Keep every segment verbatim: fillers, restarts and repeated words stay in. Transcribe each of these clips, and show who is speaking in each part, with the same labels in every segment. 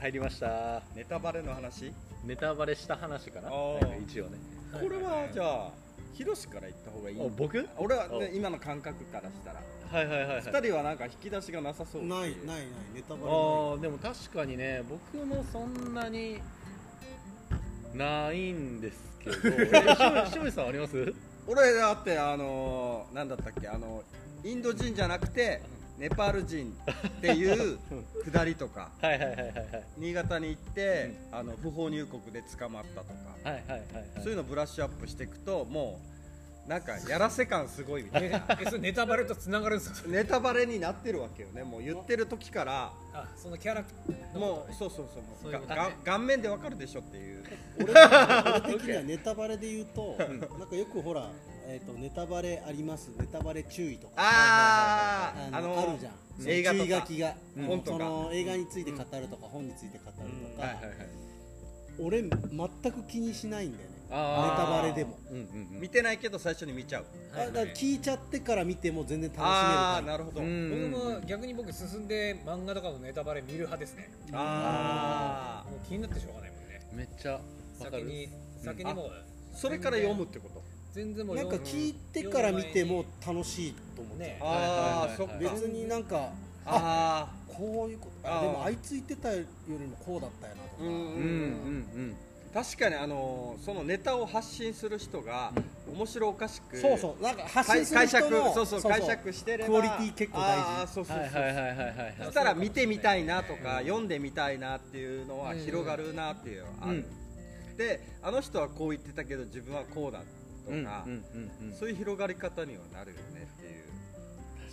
Speaker 1: 入りました。
Speaker 2: ネタバレの話、
Speaker 1: ネタバレした話かな、一応ね。
Speaker 2: これはじゃあヒロシから言った方がいい。
Speaker 1: 僕
Speaker 2: 俺は、ね、今の感覚からしたら
Speaker 1: はいはいはい、はい、
Speaker 2: ふたりはなんか引き出しがなさそう。
Speaker 3: ないないないネタバレない。
Speaker 1: ああでも確かにね、僕もそんなにないんですけどしむさんあります？
Speaker 2: 俺だってあのー、なんだったっけ、あのインド人じゃなくてネパール人っていうくだりとか
Speaker 1: はいはいはいはいはい、
Speaker 2: 新潟に行って、うん、あの不法入国で捕まったとか、
Speaker 1: はいはいはいはい、
Speaker 2: そういうのをブラッシュアップしていくともうなんかやらせ感すごいみたいな
Speaker 4: えそれネタバレとつながるんですか？
Speaker 2: ネタバレになってるわけよね。もう言ってる時から
Speaker 4: あそのキャラ
Speaker 2: もうそうそうそう、もうが顔面でわかるでしょっていう
Speaker 3: 俺俺的にはネタバレで言うとなんかよくほら、えー、とネタバレあります、ネタバレ注意とか
Speaker 2: あ
Speaker 3: ああのあるじゃん、
Speaker 2: 映画とか
Speaker 3: 注意書きが、
Speaker 2: うん、本とか
Speaker 3: その映画について語るとか、うん、本について語るとか、
Speaker 2: うんはいはいはい、
Speaker 3: 俺全く気にしないんだよね、ネタバレでも、
Speaker 2: うんうんうん、見てないけど最初に見ちゃう。
Speaker 3: あだから聞いちゃってから見ても全然楽しめる。
Speaker 2: あーなるほど。
Speaker 4: 僕も逆に僕進んで漫画とかのネタバレ見る派ですね。
Speaker 2: ああ
Speaker 4: もう気になってしょうがないもんね。
Speaker 1: めっちゃ
Speaker 4: 先に先にもう
Speaker 2: それから読むってこと。
Speaker 4: 全然もう
Speaker 3: なんか聞いてから見ても楽しいと思うね。
Speaker 2: ああそっか。
Speaker 3: 別になんかあこういうことあでもあいつ言ってたよりもこうだったよなとか。うんうんうん
Speaker 2: うん確かにあのそのネタを発信する人が面白おかしく、
Speaker 3: そうそうなんか発信する人の
Speaker 2: そうそう解釈してれば
Speaker 3: クオリティ結構大事。
Speaker 2: あそうそうそう
Speaker 1: はいはいはいはいはい。
Speaker 2: そしたら見てみたいなとか読んでみたいなっていうのは広がるなっていうのはある。であの人はこう言ってたけど自分はこうだとか、そういう広がり方にはなるよねっていう。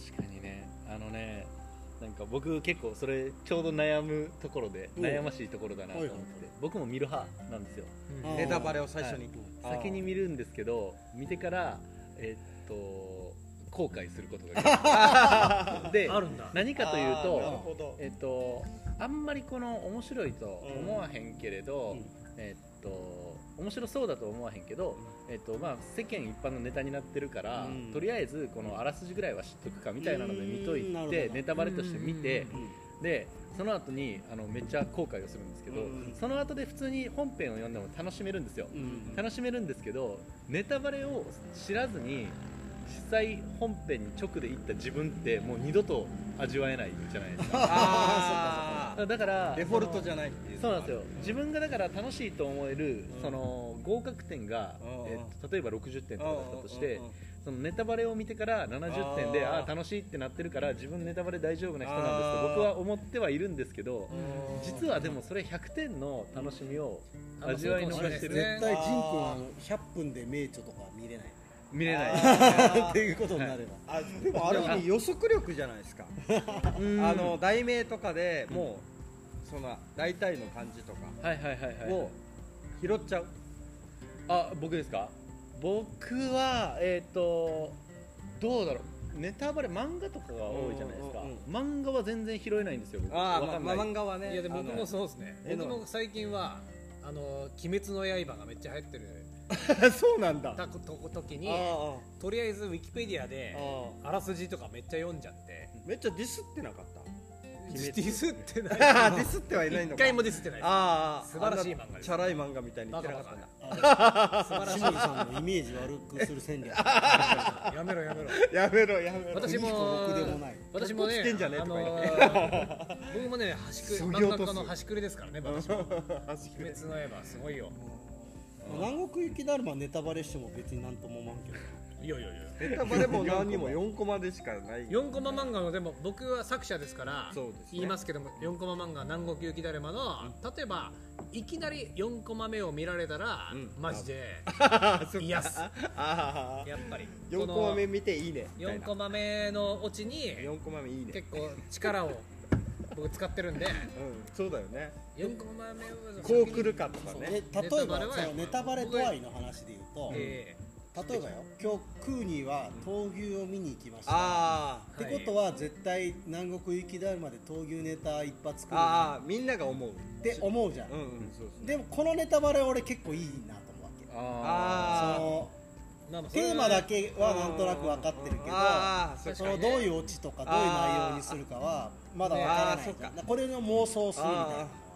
Speaker 1: 確かにね、あのねなんか僕結構それちょうど悩むところで悩ましいところだなと思って、僕も見る派なんですよ、
Speaker 2: ネタバレを最初に、
Speaker 1: はい、先に見るんですけど見てからえー、っと後悔することがで
Speaker 4: あるんだ。
Speaker 1: 何かというとえー、っとあんまりこの面白いと思わへんけれど、うん、えー、っと面白そうだと思わへんけど、えっとまあ、世間一般のネタになってるから、うん、とりあえずこのあらすじぐらいは知っとくかみたいなので見といてネタバレとして見て、でその後にあのめっちゃ後悔をするんですけど、その後で普通に本編を読んでも楽しめるんですよ、楽しめるんですけどネタバレを知らずに実際本編に直で行った自分ってもう二度と味わえないじゃないですか。ああだから
Speaker 2: デフォルトじゃないっていう。
Speaker 1: そうなんですよ。自分がだから楽しいと思える、うん、その合格点が、えっと、例えばろくじゅってんとかだったとして、そのネタバレを見てからななじゅってんでああ楽しいってなってるから自分ネタバレ大丈夫な人なんですと僕は思ってはいるんですけど、実はでもそれひゃくてんの楽しみを味わい逃してる。
Speaker 3: 絶対ジン君はひゃっぷんで名著とか見れない。
Speaker 1: 見れない
Speaker 3: っていうことになれば、
Speaker 2: はい、あでもある意味予測力じゃないですか。あの題名とかでもうその大体の感じとかを拾っちゃう。
Speaker 1: あ僕ですか？僕はえっ、ー、とどうだろう、ネタバレ漫画とかが多いじゃないですか、うんうんうん、漫画は全然拾えないんですよ僕。
Speaker 2: あ、まあ、漫画はね。
Speaker 4: いやでも僕もそうですね。僕も最近はあの鬼滅の刃がめっちゃ流行ってる
Speaker 2: そうなんだ。
Speaker 4: た時にとりあえずウィキペディアであらすじとかめっちゃ読んじゃって、
Speaker 2: めっちゃディスってなかった？
Speaker 4: ディスってない。
Speaker 2: ディスってはいないのか。
Speaker 4: 一回もディスってない。
Speaker 2: ああ、
Speaker 4: 素晴らしい漫画です。
Speaker 2: チャラい漫画みたいに言ってなかったん
Speaker 3: だ。素晴らしい。清水さんのイメージ悪くする戦略。
Speaker 4: やめろやめろ。
Speaker 2: やめろやめろ。
Speaker 4: 私も
Speaker 3: 僕でもない。
Speaker 4: 私もね、
Speaker 2: あの
Speaker 4: 僕もね端く漫画家の端くれですからね。私も。鬼滅の刃すごいよ。
Speaker 3: 南国雪だるまネタバレしても別になんとも思わんけど。
Speaker 4: いやいやいや。
Speaker 2: ネタバレも何にもよんコマでしかない。
Speaker 4: よんコマ漫画のでも僕は作者ですから言いますけども、よんコマ漫画南国雪だるまの例えばいきなりよんコマ目を見られたらマジで癒す。やっぱり
Speaker 2: よんコマ目見ていいね。
Speaker 4: よんコマ目のオチに
Speaker 2: よんコマ目いいね。
Speaker 4: 結構力を僕使ってるんで、
Speaker 2: そうだよね。
Speaker 4: よんコマ目を
Speaker 2: こう来るかとかね。
Speaker 3: 例えばネタバレ度合いの話で言うと、例えばよ、今日クーニーは闘牛を見に行きました。あってことは絶対南国雪だるまで闘牛ネタ一発来る。
Speaker 2: ああ、みんなが思う
Speaker 3: って思うじゃん。でもこのネタバレ俺結構いいなと思うわけ。ああ、そのテーマだけはなんとなく分かってるけど、そのどういうオチとかどういう内容にするかはまだ分からないじゃん。これの妄想するみたいな。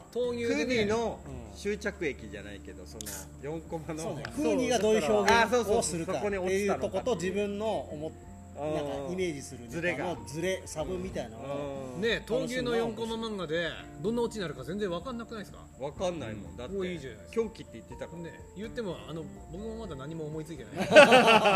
Speaker 4: 豆乳で、ね、
Speaker 2: クーニーの終着駅じゃないけど、そのよんコマの、
Speaker 3: ね、クーニーがどういう表現をするかっていうとこと自分の思ってなんかイメージするズレがズレサブみたいなのを
Speaker 4: ね、闘牛のよんコマ漫画でどんなオチになるか全然分かんなくないですか？
Speaker 2: 分かんないもん。だって
Speaker 4: いいじゃないですか。
Speaker 2: 狂気って言ってたから
Speaker 4: ね、言ってもあの僕もまだ何も思いついてない
Speaker 1: だ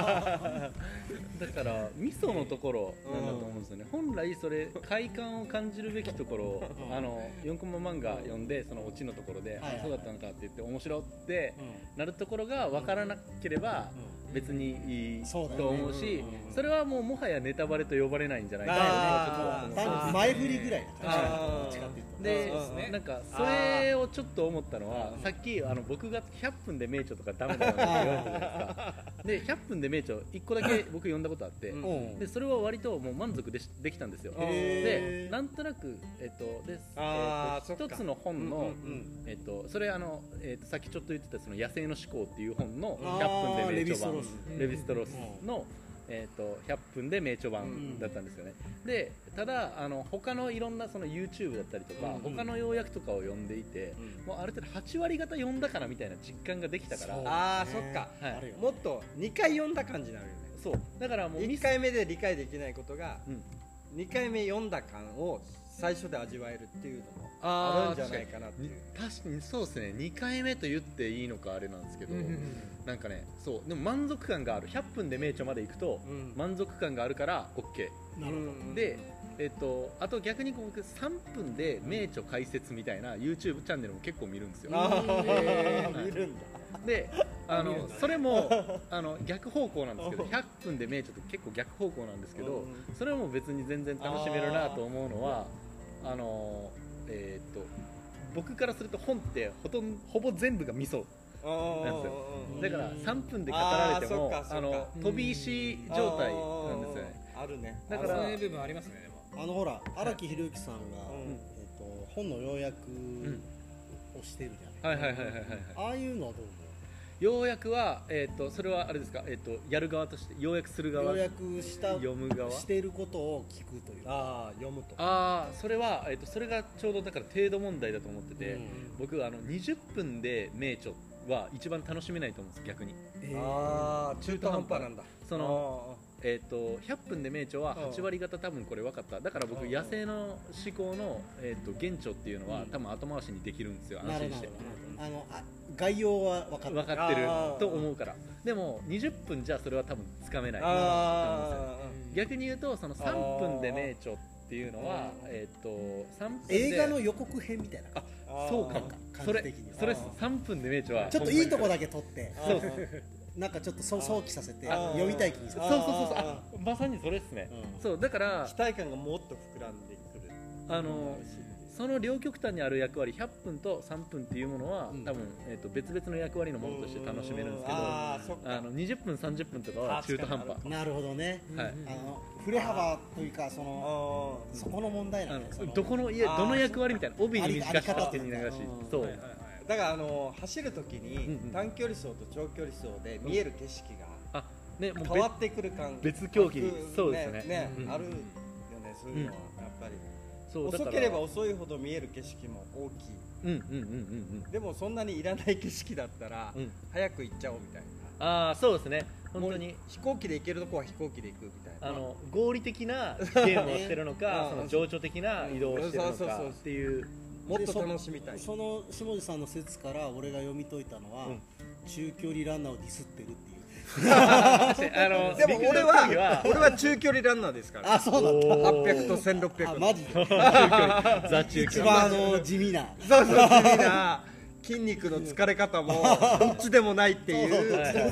Speaker 1: から味噌のところなんだと思うんですよね。本来それ快感を感じるべきところをあのよんコマ漫画読んでそのオチのところで、あ、そうだったのかって言って面白ってなるところが分からなければ別にいいと思うし、それはもうもはやネタバレと呼ばれないんじゃないかなとちょっと
Speaker 3: 前振りぐらいな感じ
Speaker 1: で、なんかそれをちょっと思ったのは、さっきあの僕がひゃっぷんで名著とかダメだよって言われたじゃないですか。でひゃっぷんで名著いっこだけ僕読んだことあって、でそれは割ともう満足でできたんですよ。でなんとなくえっとで一つの本のえっとそれあのえっとさっきちょっと言ってたその野生の思考っていう本のひゃっぷんで名著版レヴィストロースのえー、とひゃっぷんで名著版だったんですよね。うん、でただあの他のいろんなその YouTube だったりとか、うん、他の要約とかを読んでいて、うん、もうある程度はち割方読んだからみたいな実感ができたから、
Speaker 2: ああそっか、はい、もっとにかい読んだ感じになるよね。
Speaker 1: そうだからもう
Speaker 2: いっかいめで理解できないことが、うん、にかいめ読んだ感を最初で味わえるっていうのもあるんじゃないかなっていう。
Speaker 1: 確かにそうですね。にかいめと言っていいのかあれなんですけど、うん、なんかね、そうでも満足感がある。ひゃっぷんで名著まで行くと、うん、満足感があるから OK。なるほど。で、えっとあと逆に僕さんぷんで名著解説みたいな YouTube チャンネルも結構見るんですよ。
Speaker 2: えー、見るんだ。
Speaker 1: で、あのそれもあの逆方向なんですけど、ひゃっぷんで名著って結構逆方向なんですけど、それも別に全然楽しめるなと思うのは。あのえー、と僕からすると本ってほとんほぼ全部が味噌なんですよ。だからさんぷんで語られてもあの飛び石状態なんですよね。
Speaker 2: あるね。
Speaker 4: だからそういう部分ありますね。で
Speaker 3: もあのほら荒木宏之さんが、うんえー、と本の要約をしてるじゃない。
Speaker 1: はいはいはいはいはい。
Speaker 3: ああいうのはどう？
Speaker 1: 要約は、えー、とそれはあれですか、えー、とやる側として要約する側、
Speaker 3: 要約した
Speaker 1: 読む側
Speaker 3: していることを聞くという。
Speaker 2: ああ読むと。
Speaker 1: ああそれは、えー、とそれがちょうどだから程度問題だと思ってて、うん、僕あのにじゅっぷんで名著は一番楽しめないと思うんです逆に。
Speaker 2: えー、ああ中途半端なんだ。
Speaker 1: そのえー、とひゃっぷんで名著ははち割方多分これ分かった。だから僕野生の思考の、えー、と原著っていうのは多分後回しにできるんですよ、安心して。
Speaker 3: あのあ概要は分かってる、
Speaker 1: 分かってると思うから。でもにじゅっぷんじゃそれは多分つかめないと思うんですよ。逆に言うとそのさんぷんで名著っていうのは、えー、とさんぷんで
Speaker 3: 映画の予告編みたいな。
Speaker 1: あそうかも。それそれさんぷんで名著は
Speaker 3: ちょっといいとこだけ撮ってそうなんかちょっと想起させて読みたい気にさせて。
Speaker 1: そうそうそうそうあまさにそれですね。うん、そうだから
Speaker 2: 期待感がもっと膨らんでくる。
Speaker 1: あのその両極端にある役割ひゃっぷんとさんぷんっていうものは、うん、多分、えー、と別々の役割のものとして楽しめるんですけど、ああのにじゅっぷんさんじゅっぷんとかは中途半端。
Speaker 3: なるほどね、はい、あの振れ幅というかそのそこの問題なんです。
Speaker 1: どこのいやどの役割みたいな帯に短くしてみながらしそう、はいはいはい、
Speaker 2: だからあの走るときに短距離走と長距離走で見える景色が、あね、もう変わってくる感
Speaker 1: 別競技そうですね、
Speaker 2: ねねうん、あるよねそういうのはやっぱり。そう遅ければ遅いほど見える景色も大きい。うんうんうんうんうん。でもそんなにいらない景色だったら、うん、早く行っちゃおうみたいな。
Speaker 1: ああそうですね。本当に
Speaker 2: 飛行機で行けるとこは飛行機で行くみたいな。
Speaker 1: あの合理的なゲームをしてるのか、その情緒的な移動をしてるのかっていう。
Speaker 2: もっと楽しみたい。
Speaker 3: その下地さんの説から俺が読み解いたのは、うん、中距離ランナーをディスってるっていう。
Speaker 2: あのでも俺は俺は中距離ランナーですから。
Speaker 3: あ、そうだった。
Speaker 2: はっぴゃくとせんろっぴゃく。
Speaker 3: マジで。
Speaker 1: ザ中距離。
Speaker 3: 一番あの地味な。
Speaker 2: そうそう地味な。筋肉の疲れ方もどっちでもないっていう。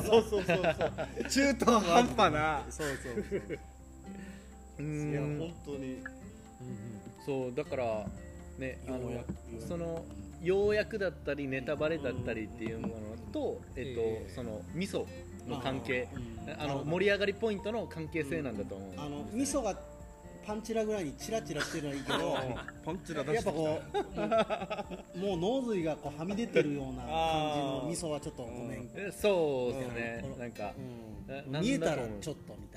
Speaker 3: そうそうそうそう。
Speaker 2: 中途半端な。
Speaker 3: そうそうそう。
Speaker 2: いや本当に。
Speaker 1: そうだからね、あのその要約だったりネタバレだったりっていうものと、えっとその味噌の関係、あの盛り上がりポイントの関係性なんだと思う。
Speaker 3: あの味噌がパンチラぐらいにチラチラしてるのはいいけど、
Speaker 2: パンチラ出
Speaker 3: してきた。やっぱこうもう脳髄がこうはみ出てるような感じの味噌はちょっとごめん。
Speaker 1: そうですね。なんか
Speaker 3: 見えたらちょっとみた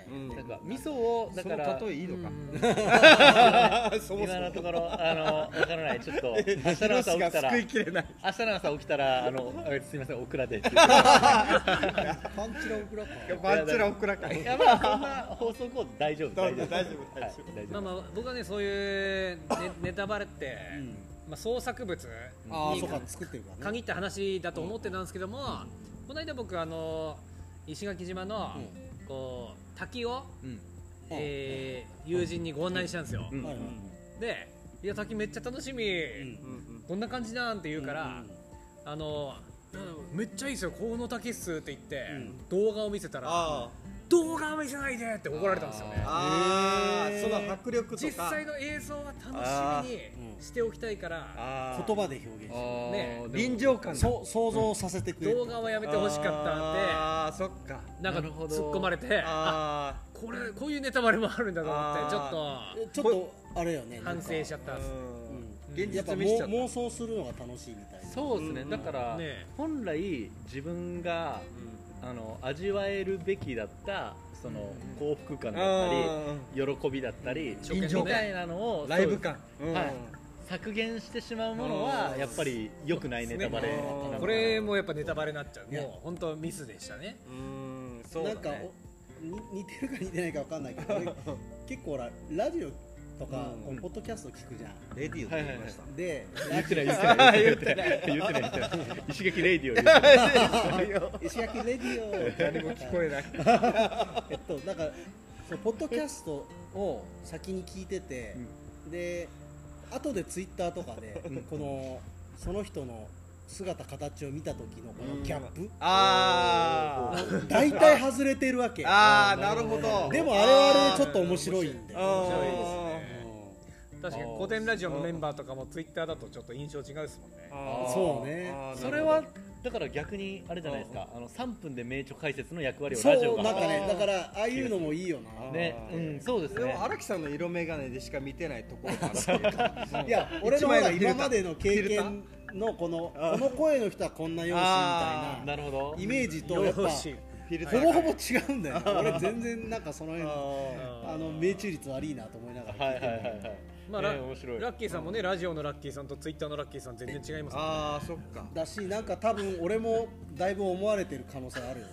Speaker 3: な、
Speaker 1: なんか味噌をだから
Speaker 2: その例えいいのか
Speaker 1: 今のところあのわからないちょっと明日の朝起きたら
Speaker 2: 救いきれない
Speaker 1: 明日の朝起きたらあのすみませんオクラで
Speaker 3: パンチラオクラか
Speaker 2: パンチラオクラか
Speaker 1: いやまあそんな放送コード大丈夫大丈夫
Speaker 2: 大丈夫大丈夫
Speaker 4: まあまあ僕はねそういうネタバレってまあ創作物に限った話だと思ってたんですけどもこの間僕あの石垣島のこう滝をえ友人にご案内したんですよでいや滝めっちゃ楽しみどんな感じなんって言うからあのめっちゃいいですよこの滝っすって言って動画を見せたら動画を見せないでって怒られたんですよね。
Speaker 2: ああ、その迫力とか
Speaker 4: 実際の映像は楽しみにしておきたいから
Speaker 3: 言葉で表現して
Speaker 2: ね臨場感
Speaker 3: 想像させてくれる
Speaker 4: 動画はやめてほしかったんで
Speaker 2: ああそっか
Speaker 4: なんか突っ込まれてあこれこういうネタバレもあるんだと思ってちょっと
Speaker 3: ちょっとあれよね
Speaker 4: 反省しちゃったんです
Speaker 3: 現実見しちゃった妄想するのが楽しいみたいな
Speaker 1: そうですねだから本来自分があの味わえるべきだったその幸福感だったり喜びだったりみたいなのを
Speaker 2: ライブ感
Speaker 1: 削減してしまうものはやっぱり良くないネタバレ
Speaker 4: これもやっぱネタバレになっちゃうもう本当ミスでしたね
Speaker 3: なんか似てるか似てないか分かんないけど結構ほらラジオとかポッドキャスト聞くじゃん
Speaker 2: レディオって言いました
Speaker 3: で
Speaker 1: 言ってない言ってない言ってない言ってない石垣レディオ言ってない
Speaker 3: 石垣レディオ
Speaker 2: 誰も聞こえない
Speaker 3: えっとだからそのポッドキャストを先に聞いててで後でツイッターとかでこのその人の姿形を見た時のこのギャップ
Speaker 2: ああ
Speaker 3: 大体外れてるわけ
Speaker 2: ああなるほど
Speaker 3: でもあれはあれでちょっと面白いんで
Speaker 4: 面白いですね確かに古典ラジオのメンバーとかもツイッターだとちょっと印象違うですもんね
Speaker 3: そうね
Speaker 1: それはだから逆にあれじゃないですかあのさんぷんで名著解説の役割をラジオが
Speaker 3: そうなんかねだからああいうのもいいよな
Speaker 1: ねうんそうですね
Speaker 2: でも荒木さんの色眼鏡でしか見てないところがある
Speaker 3: いや俺の方が今までの経験のこのこの声の人はこんな容姿みたいなイメージとやっぱほぼほぼ違うんだよ俺全然なんかその辺あの命中率悪いなと思いながら
Speaker 1: はいはいはいはい
Speaker 4: まあラッキーさんもねラジオのラッキーさんとツイッターのラッキーさん全然違いますもんね
Speaker 2: ああそっか
Speaker 3: だしなんか多分俺もだいぶ思われてる可能性あるよ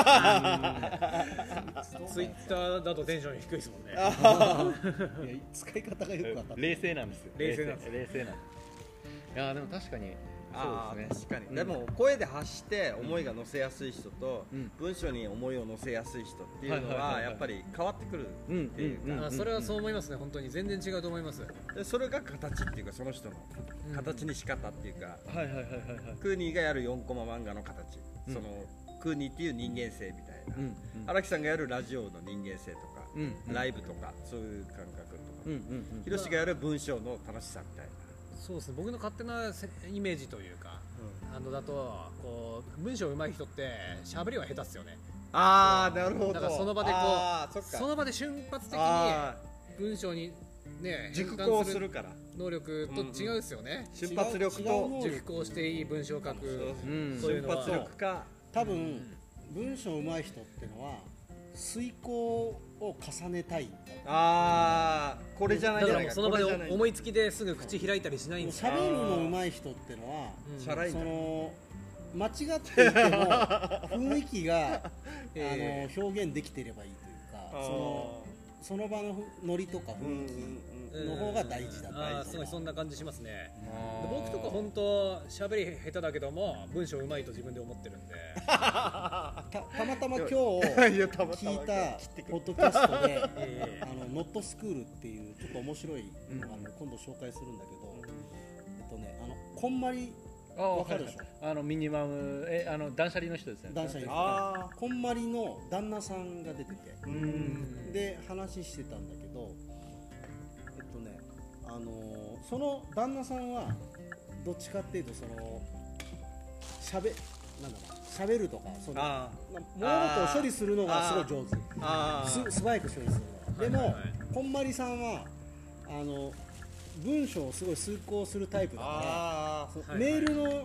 Speaker 4: ツイッターだとテンション低いですもんね
Speaker 3: いや使い方がよく分かって
Speaker 1: 冷静なんですよ
Speaker 4: 冷静なんです
Speaker 1: 冷静なんですいやでも確かに
Speaker 2: そうですね確かにでも声で発して思いが乗せやすい人と文章に思いを乗せやすい人っていうのはやっぱり変わってくるっていうか
Speaker 4: それはそう思いますね本当に全然違うと思います
Speaker 2: でそれが形っていうかその人の形に仕方っていうかクーニーがやるよんコマ漫画の形そのクーニーっていう人間性みたいな荒木さんがやるラジオの人間性とかライブとかそういう感覚とかヒロシがやる文章の楽しさみたいな
Speaker 4: そうですね僕の勝手なイメージというか、うん、あのだとこう文章上手い人って喋りは下手っすよね
Speaker 2: ああなるほど
Speaker 4: だからその場でこうその場で瞬発的に文章にね
Speaker 2: 熟考するから
Speaker 4: 能力と違うですよね、
Speaker 2: うん、瞬発力と
Speaker 4: 熟考していい文章を書く
Speaker 2: そういうのは瞬発力か
Speaker 3: 多分、うん、文章上手い人ってのは遂行を重ねたいんだ
Speaker 2: ああこれじゃないじゃないか
Speaker 4: その場で思いつきですぐ口開いたりしないんですよ
Speaker 3: 喋るの上手い人ってのは、うん、その間違っていても雰囲気が、えー、あの表現できていればいいというかそのその場のノリとか雰囲気の方が大事だと、うん、
Speaker 4: あすごいそんな感じしますね僕とか本当喋り下手だけども文章上手いと自分で思ってるんで
Speaker 3: た, たまたま今日聞いたポッドキャストであのノットスクールっていうちょっと面白い、うん、あの今度紹介するんだけど、えっとねあのこんまりわかるでしょ、
Speaker 1: はいはい、あのミニマムえあの断捨離の人ですよね
Speaker 3: 断捨離あこんまりの旦那さんが出ててうんで話してたんだけどえっとねあのー、その旦那さんはどっちかっていうとそのしゃべなんだろう喋るとかその物事を処理するのがすごい上手あす素早く処理するのがでも、はいはい、こんまりさんはあの文章をすごい遂行するタイプだから、はい、メールの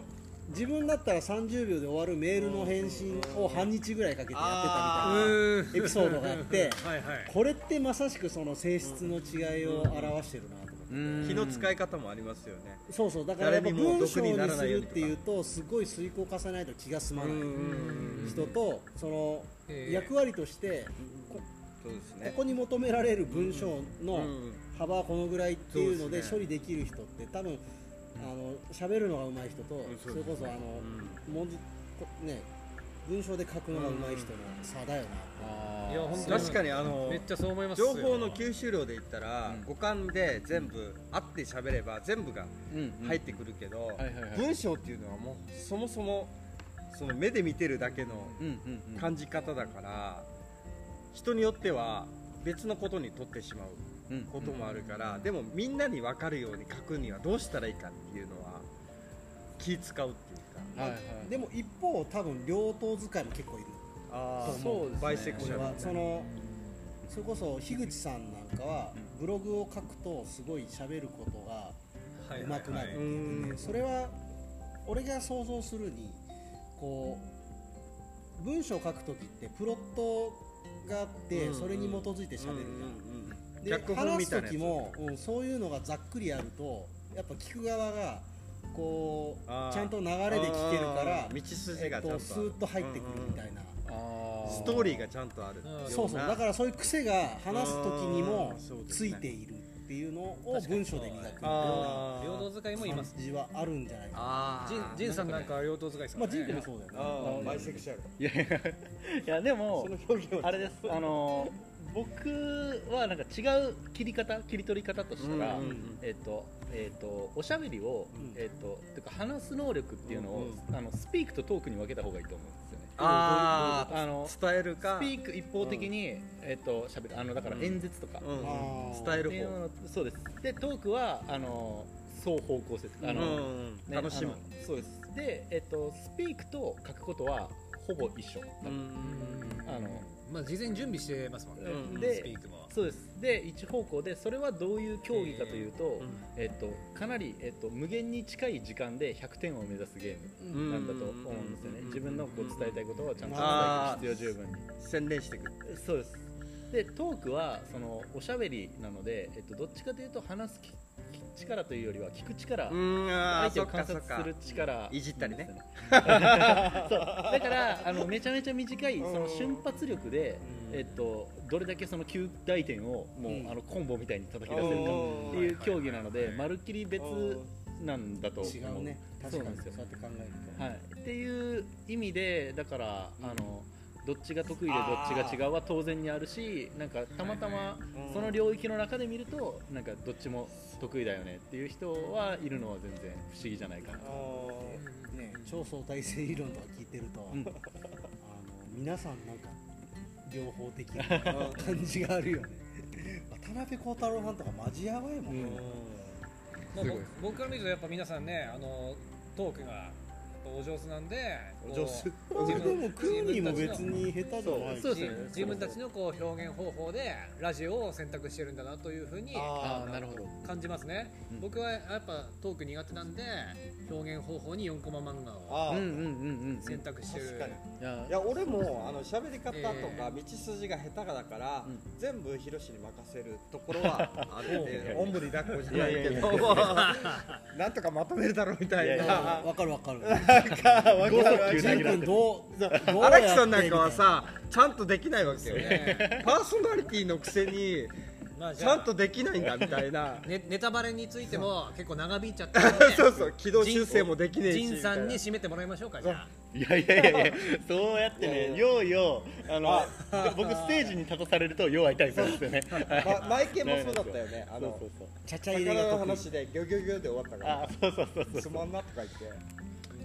Speaker 3: 自分だったらさんじゅうびょうで終わるメールの返信を半日ぐらいかけてやってたみたいなエピソードがあってはい、これってまさしくその性質の違いを表してるなと思って、
Speaker 2: 気の使い方もありますよね。
Speaker 3: そうそう、だからやっぱ文章にするっていうとすごい遂行化さないと気が済まない人と、その役割としてこそうですね、ここに求められる文章の幅はこのぐらいっていうので処理できる人って多分あの喋るのが上手い人と、それこそあの文字ね文章で書くのが上手い人の差だよな。
Speaker 4: いや本当
Speaker 2: 確かにあの
Speaker 4: めっちゃそう思います
Speaker 2: よ。情報の吸収量で言ったら五感で全部あって喋れば全部が入ってくるけど、文章っていうのはもうそもそもその目で見てるだけの感じ方だから。人によっては別のことに取ってしまうこともあるから、うんうん、でもみんなに分かるように書くにはどうしたらいいかっていうのは気使うっていうか、はいはい、
Speaker 3: でも一方多分両党使いも結構いる。
Speaker 2: ああそうですね、バイセクシャル、
Speaker 3: そのそれこそ樋口さんなんかはブログを書くとすごい喋ることが上手くなるっていうね、それは俺が想像するにこう文章を書くときってプロットがあってそれに基づいて喋るじゃん。で話す時も、うん、そういうのがざっくりやるとやっぱ聞く側がこうちゃんと流れで聞けるから
Speaker 2: 道筋がちゃんと、
Speaker 3: えっと、スーッと入ってくるみたいな、
Speaker 2: あストーリーがちゃんとある、
Speaker 3: うん、そうそうだからそういう癖が話す時にもついているっていうのを文章で磨く
Speaker 4: 両道使いもいます。
Speaker 3: 感じはあるんじゃないかな。
Speaker 4: ジンさんなんか両道使いですかね。
Speaker 3: まあジン君もそうだよね。
Speaker 2: バイセクシャル。
Speaker 1: いやいやいやでもあれです。あの僕はなんか違う切り方切り取り方としたら、えっとえっとおしゃべりをえっとてか話す能力っていうのをあのスピークとトークに分けた方がいいと思うんですよね。
Speaker 2: ああの伝えるか
Speaker 1: スピーク一方的に、うん、えっとしゃべるあのだから演説とか、うん
Speaker 2: うん、伝える方
Speaker 1: そうです。でトークはあの双方向性あの、うんね、
Speaker 2: 楽しむ
Speaker 1: そうです。でえっとスピークと書くことはほぼ一緒。あの
Speaker 4: まあ事前に準備してますもんね。うん、
Speaker 1: でスピークもそうです。で一方向でそれはどういう競技かというと、えー、えっとかなりえっと無限に近い時間でひゃくてんを目指すゲームなんだと思うんですよね。自分のこう伝えたいことをちゃんと伝える必要十分に
Speaker 2: 洗練していく。
Speaker 1: そうです。でトークはそのおしゃべりなので、えっとどっちかというと話す力というよりは聞く力、相手を観察する力、
Speaker 2: いじったりね。
Speaker 1: そうだからあのめちゃめちゃ短いその瞬発力で、えっとどれだけその及第点をもうあのコンボみたいに叩き出せるかっていう競技なので、まるっきり別なんだと思う。
Speaker 3: 違うね。確かにそうやって考えると。
Speaker 1: はい。っていう意味でだからあの。どっちが得意でどっちが違うは当然にあるし、なんかたまたまその領域の中で見るとなんかどっちも得意だよねっていう人はいるのは全然不思議じゃないかなと、
Speaker 3: ね、超相対性理論とか聞いてると、うん、あの皆さんなんか両方的な感じがあるよね。渡辺幸太郎さんとかマジやばいもんね。
Speaker 4: うんまあ、僕から見るとやっぱ皆さんねあのトークがお上手なんで、
Speaker 3: お上手。でもクーニーも別に下手じゃない。
Speaker 4: そうですね。自分たちのこう表現方法でラジオを選択してるんだなというふうに感じますね。僕はやっぱトーク苦手なんで表現方法によんコマ漫画を選択してる。
Speaker 2: いや俺もあの喋り方とか道筋が下手だから全部ヒロシに任せるところはあるんで、おんぶに抱っこじゃないけど、なんとかまとめるだろうみたいな。
Speaker 3: わかるわかる。
Speaker 2: なんかわかる。ジン君どう荒木さんなんかはさちゃんとできないわけよね。パーソナリティのくせにちゃんとできないんだみたいな。
Speaker 4: ネタバレについても結構長引いちゃったの
Speaker 2: で、そうそう軌道修正もできねえし。
Speaker 4: ジンさんに締めてもらいましょうかじゃあ。
Speaker 1: いやいやいやいや、そうやってね、ようようあの僕ステージに立たされるとよう会いたいですよね。
Speaker 2: マイケンもそうだったよね。あの
Speaker 3: ちゃちゃ入れが
Speaker 2: の話でギョギョギョで終わったから。
Speaker 1: あ、そうそうそうそう。
Speaker 2: つまんなとか言って。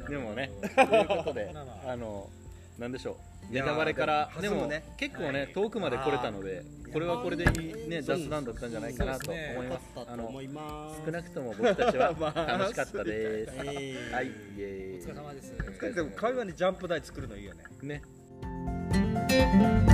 Speaker 1: でもね、ということで、あのなんでしょう。ネタバレからでも結構ね遠くまで来れたので、これはこれでいいね雑談だったんじゃないかなと思います。あの少なくとも僕たちは楽しかったです。はい、イエーイ。
Speaker 4: お疲れ様です。
Speaker 2: でも会話にジャンプ台作るのいいよね。
Speaker 1: ね。